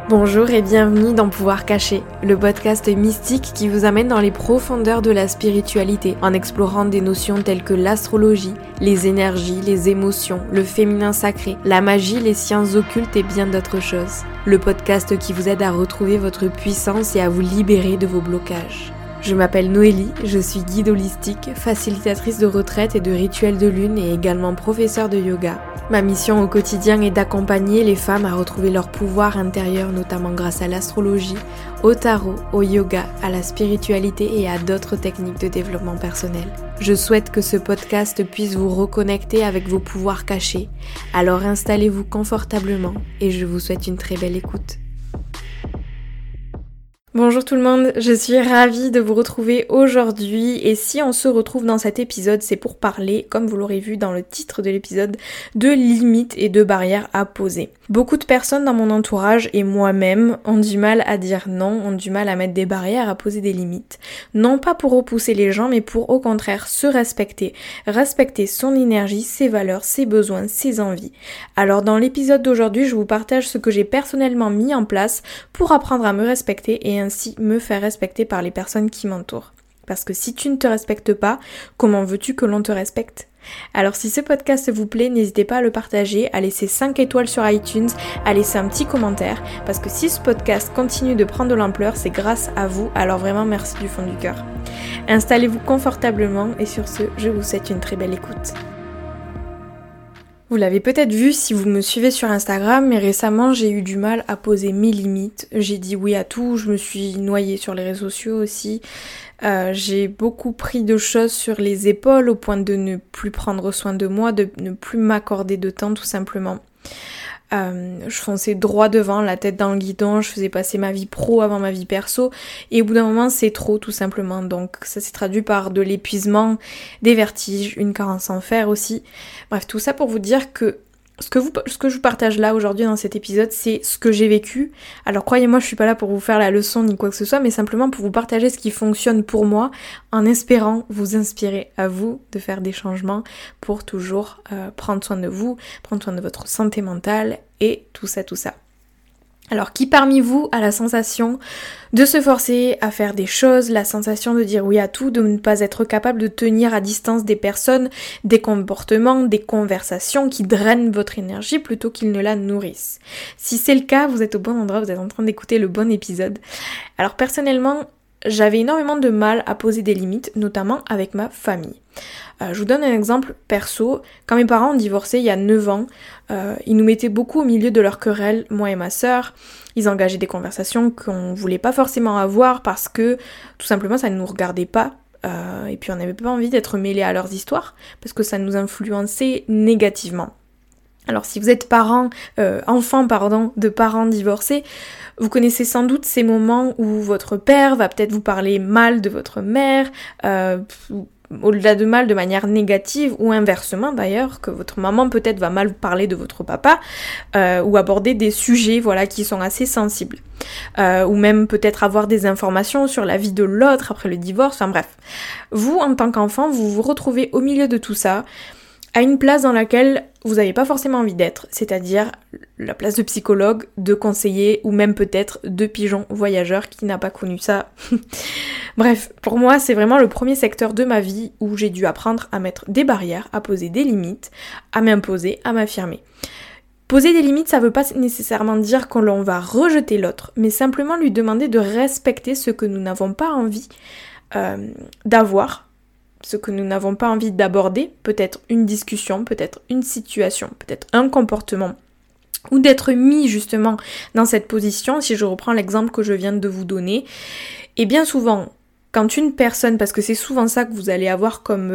Bonjour et bienvenue dans Pouvoir Caché, le podcast mystique qui vous amène dans les profondeurs de la spiritualité en explorant des notions telles que l'astrologie, les énergies, les émotions, le féminin sacré, la magie, les sciences occultes et bien d'autres choses. Le podcast qui vous aide à retrouver votre puissance et à vous libérer de vos blocages. Je m'appelle Noélie, je suis guide holistique, facilitatrice de retraite et de rituels de lune et également professeure de yoga. Ma mission au quotidien est d'accompagner les femmes à retrouver leur pouvoir intérieur, notamment grâce à l'astrologie, au tarot, au yoga, à la spiritualité et à d'autres techniques de développement personnel. Je souhaite que ce podcast puisse vous reconnecter avec vos pouvoirs cachés. Alors installez-vous confortablement et je vous souhaite une très belle écoute. Bonjour tout le monde, je suis ravie de vous retrouver aujourd'hui et si on se retrouve dans cet épisode, c'est pour parler, comme vous l'aurez vu dans le titre de l'épisode, de limites et de barrières à poser. Beaucoup de personnes dans mon entourage et moi-même ont du mal à dire non, ont du mal à mettre des barrières, à poser des limites. Non pas pour repousser les gens, mais pour au contraire se respecter, respecter son énergie, ses valeurs, ses besoins, ses envies. Alors dans l'épisode d'aujourd'hui, je vous partage ce que j'ai personnellement mis en place pour apprendre à me respecter et ainsi me faire respecter par les personnes qui m'entourent. Parce que si tu ne te respectes pas, comment veux-tu que l'on te respecte ? Alors si ce podcast vous plaît, n'hésitez pas à le partager, à laisser 5 étoiles sur iTunes, à laisser un petit commentaire, parce que si ce podcast continue de prendre de l'ampleur, c'est grâce à vous, alors vraiment merci du fond du cœur. Installez-vous confortablement et sur ce, je vous souhaite une très belle écoute. Vous l'avez peut-être vu si vous me suivez sur Instagram, mais récemment j'ai eu du mal à poser mes limites. J'ai dit oui à tout, je me suis noyée sur les réseaux sociaux aussi. J'ai beaucoup pris de choses sur les épaules au point de ne plus prendre soin de moi, de ne plus m'accorder de temps tout simplement. Je fonçais droit devant, la tête dans le guidon, je faisais passer ma vie pro avant ma vie perso et au bout d'un moment c'est trop tout simplement, donc ça s'est traduit par de l'épuisement, des vertiges, une carence en fer aussi. Bref, tout ça pour vous dire que ce que je vous partage là aujourd'hui dans cet épisode, c'est ce que j'ai vécu. Alors croyez-moi, je suis pas là pour vous faire la leçon ni quoi que ce soit, mais simplement pour vous partager ce qui fonctionne pour moi, en espérant vous inspirer à vous de faire des changements pour toujours prendre soin de vous, prendre soin de votre santé mentale et tout ça. Alors qui parmi vous a la sensation de se forcer à faire des choses, la sensation de dire oui à tout, de ne pas être capable de tenir à distance des personnes, des comportements, des conversations qui drainent votre énergie plutôt qu'ils ne la nourrissent? Si c'est le cas, vous êtes au bon endroit, vous êtes en train d'écouter le bon épisode. Alors personnellement, j'avais énormément de mal à poser des limites, notamment avec ma famille. Je vous donne un exemple perso. Quand mes parents ont divorcé il y a 9 ans, ils nous mettaient beaucoup au milieu de leur querelle, moi et ma sœur. Ils engageaient des conversations qu'on voulait pas forcément avoir parce que tout simplement ça ne nous regardait pas. Et puis on n'avait pas envie d'être mêlés à leurs histoires parce que ça nous influençait négativement. Alors si vous êtes enfant de parents divorcés, vous connaissez sans doute ces moments où votre père va peut-être vous parler mal de votre mère, au-delà de mal de manière négative, ou inversement d'ailleurs, que votre maman peut-être va mal parler de votre papa, ou aborder des sujets qui sont assez sensibles. Ou même peut-être avoir des informations sur la vie de l'autre après le divorce, enfin bref. Vous, en tant qu'enfant, vous vous retrouvez au milieu de tout ça, à une place dans laquelle vous n'avez pas forcément envie d'être, c'est-à-dire la place de psychologue, de conseiller ou même peut-être de pigeon voyageur qui n'a pas connu ça. Bref, pour moi c'est vraiment le premier secteur de ma vie où j'ai dû apprendre à mettre des barrières, à poser des limites, à m'imposer, à m'affirmer. Poser des limites, ça veut pas nécessairement dire que l'on va rejeter l'autre, mais simplement lui demander de respecter ce que nous n'avons pas envie d'avoir, ce que nous n'avons pas envie d'aborder, peut-être une discussion, peut-être une situation, peut-être un comportement, ou d'être mis justement dans cette position, si je reprends l'exemple que je viens de vous donner. Et bien souvent, quand une personne, parce que c'est souvent ça que vous allez avoir comme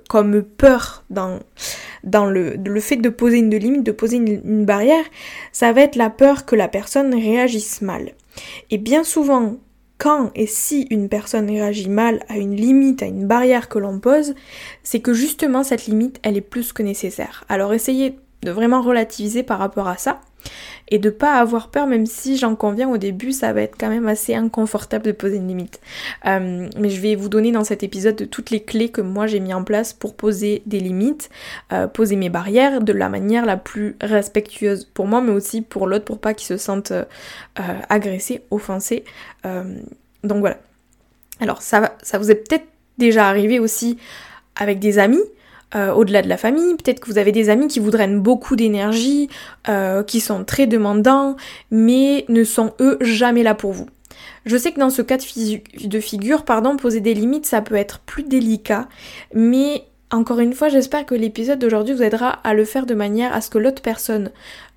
peur dans le fait de poser une limite, de poser une barrière, ça va être la peur que la personne réagisse mal. Et bien souvent, quand et si une personne réagit mal à une limite, à une barrière que l'on pose, c'est que justement cette limite, elle est plus que nécessaire. Alors essayez de vraiment relativiser par rapport à ça. et de pas avoir peur, même si j'en conviens au début ça va être quand même assez inconfortable de poser une limite. Mais je vais vous donner dans cet épisode toutes les clés que moi j'ai mis en place pour poser des limites, poser mes barrières de la manière la plus respectueuse pour moi mais aussi pour l'autre, pour pas qu'il se sente agressé, offensé. Donc voilà. Alors ça vous est peut-être déjà arrivé aussi avec des amis, au-delà de la famille. Peut-être que vous avez des amis qui vous drainent beaucoup d'énergie, qui sont très demandants, mais ne sont eux jamais là pour vous. Je sais que dans ce cas de figure, poser des limites, ça peut être plus délicat, mais encore une fois, j'espère que l'épisode d'aujourd'hui vous aidera à le faire de manière à ce que l'autre personne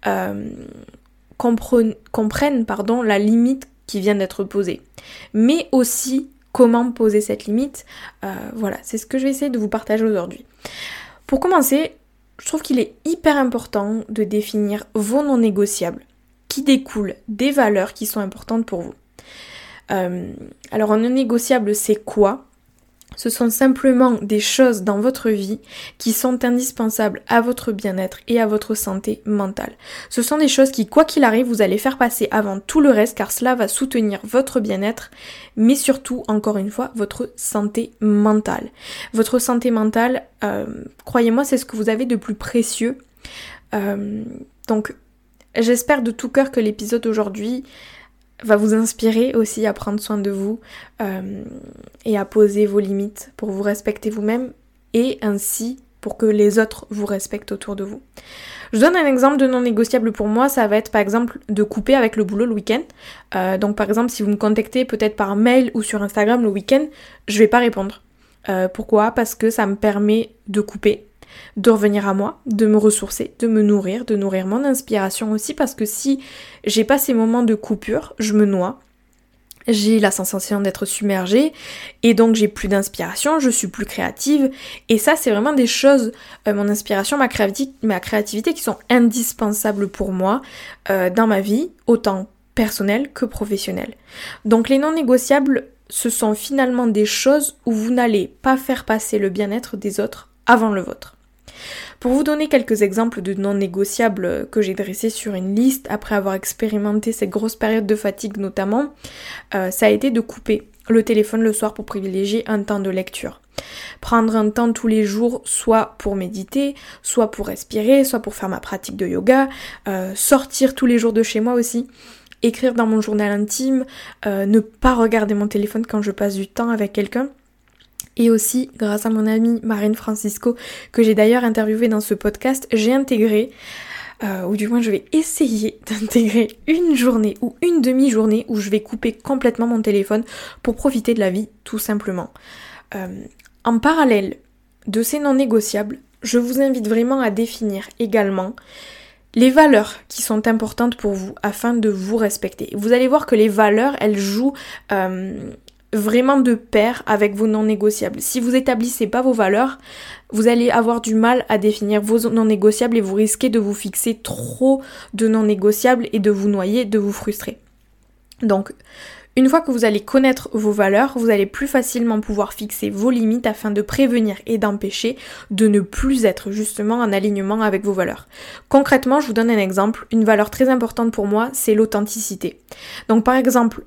comprenne la limite qui vient d'être posée. Mais aussi comment poser cette limite, voilà, c'est ce que je vais essayer de vous partager aujourd'hui. Pour commencer, je trouve qu'il est hyper important de définir vos non négociables qui découlent des valeurs qui sont importantes pour vous. Alors un non négociable, c'est quoi ? Ce sont simplement des choses dans votre vie qui sont indispensables à votre bien-être et à votre santé mentale. Ce sont des choses qui, quoi qu'il arrive, vous allez faire passer avant tout le reste car cela va soutenir votre bien-être, mais surtout, encore une fois, votre santé mentale. Votre santé mentale, croyez-moi, c'est ce que vous avez de plus précieux. Donc, j'espère de tout cœur que l'épisode d'aujourd'hui va vous inspirer aussi à prendre soin de vous et à poser vos limites pour vous respecter vous-même et ainsi pour que les autres vous respectent autour de vous. Je donne un exemple de non négociable pour moi, ça va être par exemple de couper avec le boulot le week-end. Donc par exemple si vous me contactez peut-être par mail ou sur Instagram le week-end, je vais pas répondre. Pourquoi ? Parce que ça me permet de couper, de revenir à moi, de me ressourcer, de me nourrir, de nourrir mon inspiration aussi, parce que si j'ai pas ces moments de coupure, je me noie, j'ai la sensation d'être submergée, et donc j'ai plus d'inspiration, je suis plus créative, et ça c'est vraiment des choses, mon inspiration, ma créativité qui sont indispensables pour moi dans ma vie, autant personnelle que professionnelle. Donc les non négociables, ce sont finalement des choses où vous n'allez pas faire passer le bien-être des autres avant le vôtre. Pour vous donner quelques exemples de non négociables que j'ai dressés sur une liste après avoir expérimenté cette grosse période de fatigue notamment, ça a été de couper le téléphone le soir pour privilégier un temps de lecture. Prendre un temps tous les jours, soit pour méditer, soit pour respirer, soit pour faire ma pratique de yoga, sortir tous les jours de chez moi aussi, écrire dans mon journal intime, ne pas regarder mon téléphone quand je passe du temps avec quelqu'un. Et aussi, grâce à mon amie Marine Francisco, que j'ai d'ailleurs interviewée dans ce podcast, j'ai intégré, ou du moins je vais essayer d'intégrer une journée ou une demi-journée où je vais couper complètement mon téléphone pour profiter de la vie, tout simplement. En parallèle de ces non négociables, je vous invite vraiment à définir également les valeurs qui sont importantes pour vous afin de vous respecter. Vous allez voir que les valeurs, elles jouent vraiment de pair avec vos non négociables. Si vous établissez pas vos valeurs, vous allez avoir du mal à définir vos non négociables et vous risquez de vous fixer trop de non négociables et de vous noyer, de vous frustrer. Donc, une fois que vous allez connaître vos valeurs, vous allez plus facilement pouvoir fixer vos limites afin de prévenir et d'empêcher de ne plus être justement en alignement avec vos valeurs. Concrètement, je vous donne un exemple. Une valeur très importante pour moi, c'est l'authenticité. Donc par exemple,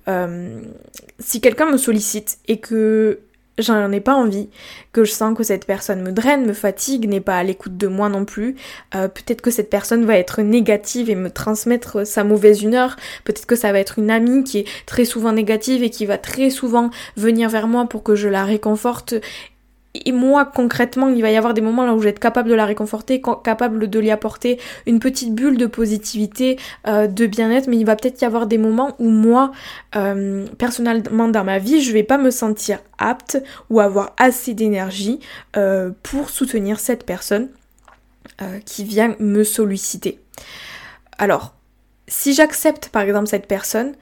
si quelqu'un me sollicite et que j'en ai pas envie, que je sens que cette personne me draine, me fatigue, n'est pas à l'écoute de moi non plus, peut-être que cette personne va être négative et me transmettre sa mauvaise humeur, peut-être que ça va être une amie qui est très souvent négative et qui va très souvent venir vers moi pour que je la réconforte. Et moi, concrètement, il va y avoir des moments là où je vais être capable de la réconforter, capable de lui apporter une petite bulle de positivité, de bien-être, mais il va peut-être y avoir des moments où moi, personnellement dans ma vie, je vais pas me sentir apte ou avoir assez d'énergie pour soutenir cette personne qui vient me solliciter. Alors, si j'accepte par exemple cette personne,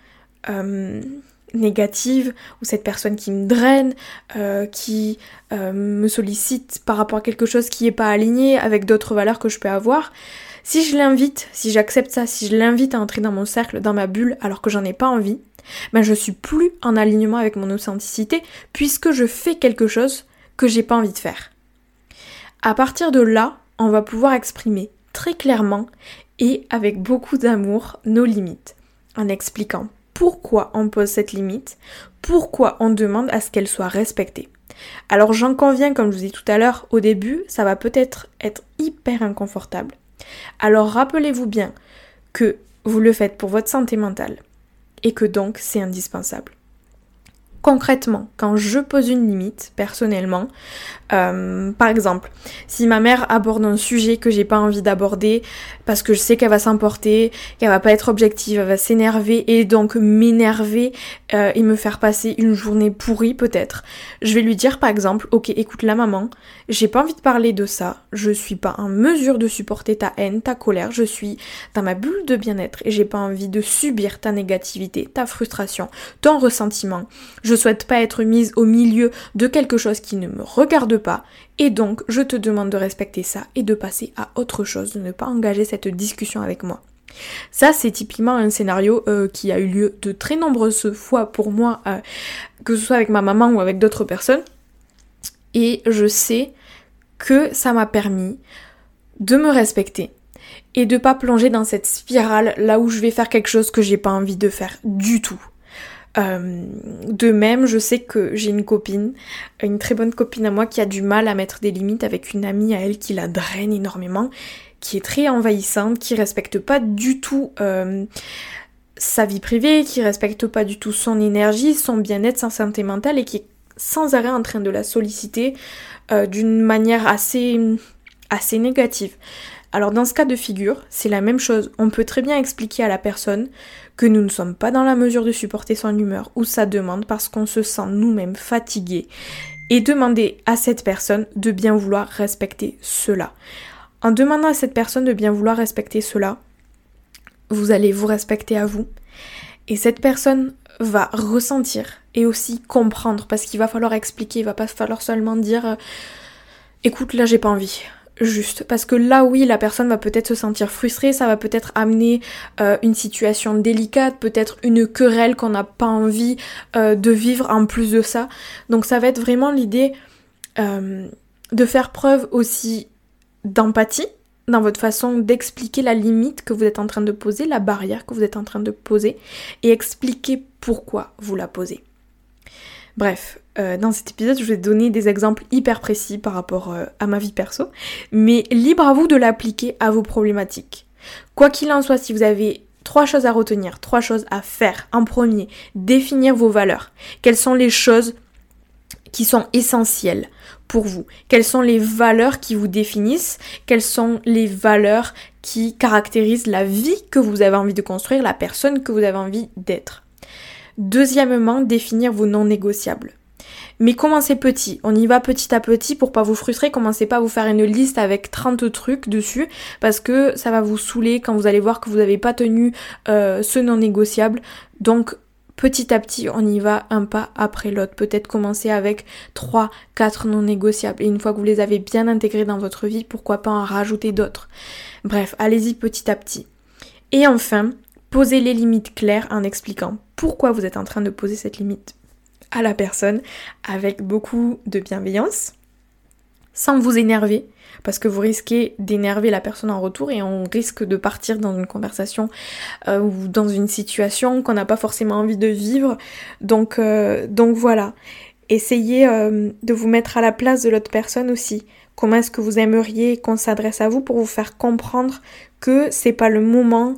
négative ou cette personne qui me draine, qui me sollicite par rapport à quelque chose qui n'est pas aligné avec d'autres valeurs que je peux avoir, si je l'invite, si j'accepte ça, si je l'invite à entrer dans mon cercle, dans ma bulle alors que j'en ai pas envie, ben je suis plus en alignement avec mon authenticité puisque je fais quelque chose que j'ai pas envie de faire. À partir de là, on va pouvoir exprimer très clairement et avec beaucoup d'amour nos limites, en expliquant pourquoi on pose cette limite, pourquoi on demande à ce qu'elle soit respectée. Alors j'en conviens, comme je vous ai dit tout à l'heure, au début, ça va peut-être être hyper inconfortable. Alors rappelez-vous bien que vous le faites pour votre santé mentale et que donc c'est indispensable. Concrètement, quand je pose une limite, personnellement, par exemple, si ma mère aborde un sujet que j'ai pas envie d'aborder parce que je sais qu'elle va s'emporter, qu'elle va pas être objective, elle va s'énerver et donc m'énerver et me faire passer une journée pourrie peut-être, je vais lui dire par exemple, ok, écoute la maman, j'ai pas envie de parler de ça, je suis pas en mesure de supporter ta haine, ta colère, je suis dans ma bulle de bien-être et j'ai pas envie de subir ta négativité, ta frustration, ton ressentiment. Je souhaite pas être mise au milieu de quelque chose qui ne me regarde pas et donc je te demande de respecter ça et de passer à autre chose, de ne pas engager cette discussion avec moi. Ça c'est typiquement un scénario qui a eu lieu de très nombreuses fois pour moi, que ce soit avec ma maman ou avec d'autres personnes, et je sais que ça m'a permis de me respecter et de pas plonger dans cette spirale là où je vais faire quelque chose que j'ai pas envie de faire du tout. De même, je sais que j'ai une copine, une très bonne copine à moi qui a du mal à mettre des limites avec une amie à elle qui la draine énormément, qui est très envahissante, qui respecte pas du tout sa vie privée, qui respecte pas du tout son énergie, son bien-être, sa santé mentale et qui est sans arrêt en train de la solliciter d'une manière assez négative. Alors dans ce cas de figure, c'est la même chose. On peut très bien expliquer à la personne que nous ne sommes pas dans la mesure de supporter son humeur ou sa demande parce qu'on se sent nous-mêmes fatigués et demander à cette personne de bien vouloir respecter cela. En demandant à cette personne de bien vouloir respecter cela, vous allez vous respecter à vous et cette personne va ressentir et aussi comprendre parce qu'il va falloir expliquer, il va pas falloir seulement dire écoute là j'ai pas envie. Juste, parce que là oui la personne va peut-être se sentir frustrée, ça va peut-être amener une situation délicate, peut-être une querelle qu'on n'a pas envie de vivre en plus de ça. Donc ça va être vraiment l'idée de faire preuve aussi d'empathie dans votre façon d'expliquer la limite que vous êtes en train de poser, la barrière que vous êtes en train de poser et expliquer pourquoi vous la posez. Bref, dans cet épisode, je vais donner des exemples hyper précis par rapport à ma vie perso, mais libre à vous de l'appliquer à vos problématiques. Quoi qu'il en soit, si vous avez 3 choses à retenir, 3 choses à faire, en premier, définir vos valeurs. Quelles sont les choses qui sont essentielles pour vous? Quelles sont les valeurs qui vous définissent? Quelles sont les valeurs qui caractérisent la vie que vous avez envie de construire, la personne que vous avez envie d'être? Deuxièmement, définir vos non négociables. Mais commencez petit, on y va petit à petit pour pas vous frustrer, commencez pas à vous faire une liste avec 30 trucs dessus parce que ça va vous saouler quand vous allez voir que vous n'avez pas tenu ce non négociable. Donc petit à petit, on y va un pas après l'autre. Peut-être commencer avec 3, 4 non négociables et une fois que vous les avez bien intégrés dans votre vie, pourquoi pas en rajouter d'autres. Bref, allez-y petit à petit. Et enfin, posez les limites claires en expliquant pourquoi vous êtes en train de poser cette limite à la personne avec beaucoup de bienveillance, sans vous énerver, parce que vous risquez d'énerver la personne en retour et on risque de partir dans une conversation ou dans une situation qu'on n'a pas forcément envie de vivre. Donc voilà, essayez de vous mettre à la place de l'autre personne aussi. Comment est-ce que vous aimeriez qu'on s'adresse à vous pour vous faire comprendre que c'est pas le moment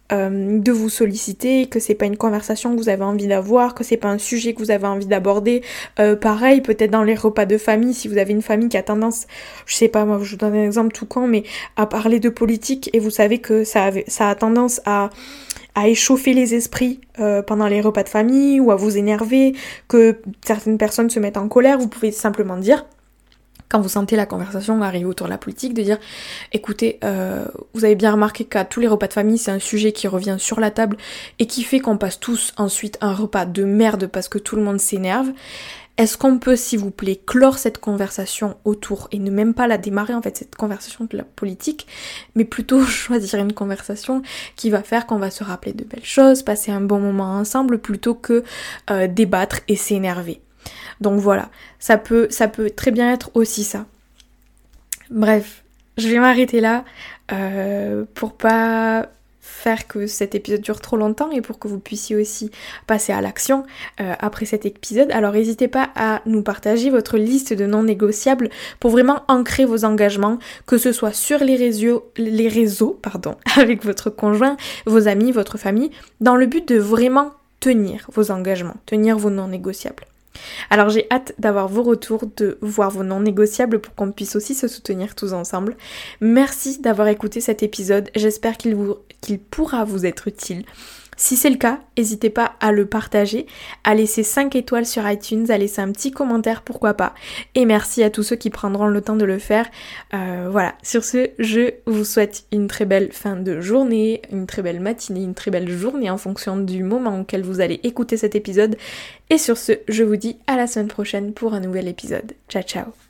de vous solliciter, que c'est pas une conversation que vous avez envie d'avoir, que c'est pas un sujet que vous avez envie d'aborder. Pareil, peut-être dans les repas de famille, si vous avez une famille qui a tendance, je sais pas, moi je vous donne un exemple tout con, mais à parler de politique et vous savez que ça a tendance à échauffer les esprits pendant les repas de famille ou à vous énerver, que certaines personnes se mettent en colère, vous pouvez simplement dire, quand vous sentez la conversation arriver autour de la politique, de dire écoutez, vous avez bien remarqué qu'à tous les repas de famille, c'est un sujet qui revient sur la table et qui fait qu'on passe tous ensuite un repas de merde parce que tout le monde s'énerve. Est-ce qu'on peut, s'il vous plaît, clore cette conversation autour et ne même pas la démarrer, en fait, cette conversation de la politique, mais plutôt choisir une conversation qui va faire qu'on va se rappeler de belles choses, passer un bon moment ensemble, plutôt que débattre et s'énerver. Donc voilà, ça peut très bien être aussi ça. Bref, je vais m'arrêter là pour pas faire que cet épisode dure trop longtemps et pour que vous puissiez aussi passer à l'action après cet épisode. Alors n'hésitez pas à nous partager votre liste de non négociables pour vraiment ancrer vos engagements, que ce soit sur les réseaux, avec votre conjoint, vos amis, votre famille, dans le but de vraiment tenir vos engagements, tenir vos non négociables. Alors j'ai hâte d'avoir vos retours, de voir vos non négociables pour qu'on puisse aussi se soutenir tous ensemble. Merci d'avoir écouté cet épisode, j'espère qu'il pourra vous être utile. Si c'est le cas, n'hésitez pas à le partager, à laisser 5 étoiles sur iTunes, à laisser un petit commentaire, pourquoi pas. Et merci à tous ceux qui prendront le temps de le faire. Voilà, sur ce, je vous souhaite une très belle fin de journée, une très belle matinée, une très belle journée en fonction du moment auquel vous allez écouter cet épisode. Et sur ce, je vous dis à la semaine prochaine pour un nouvel épisode. Ciao ciao.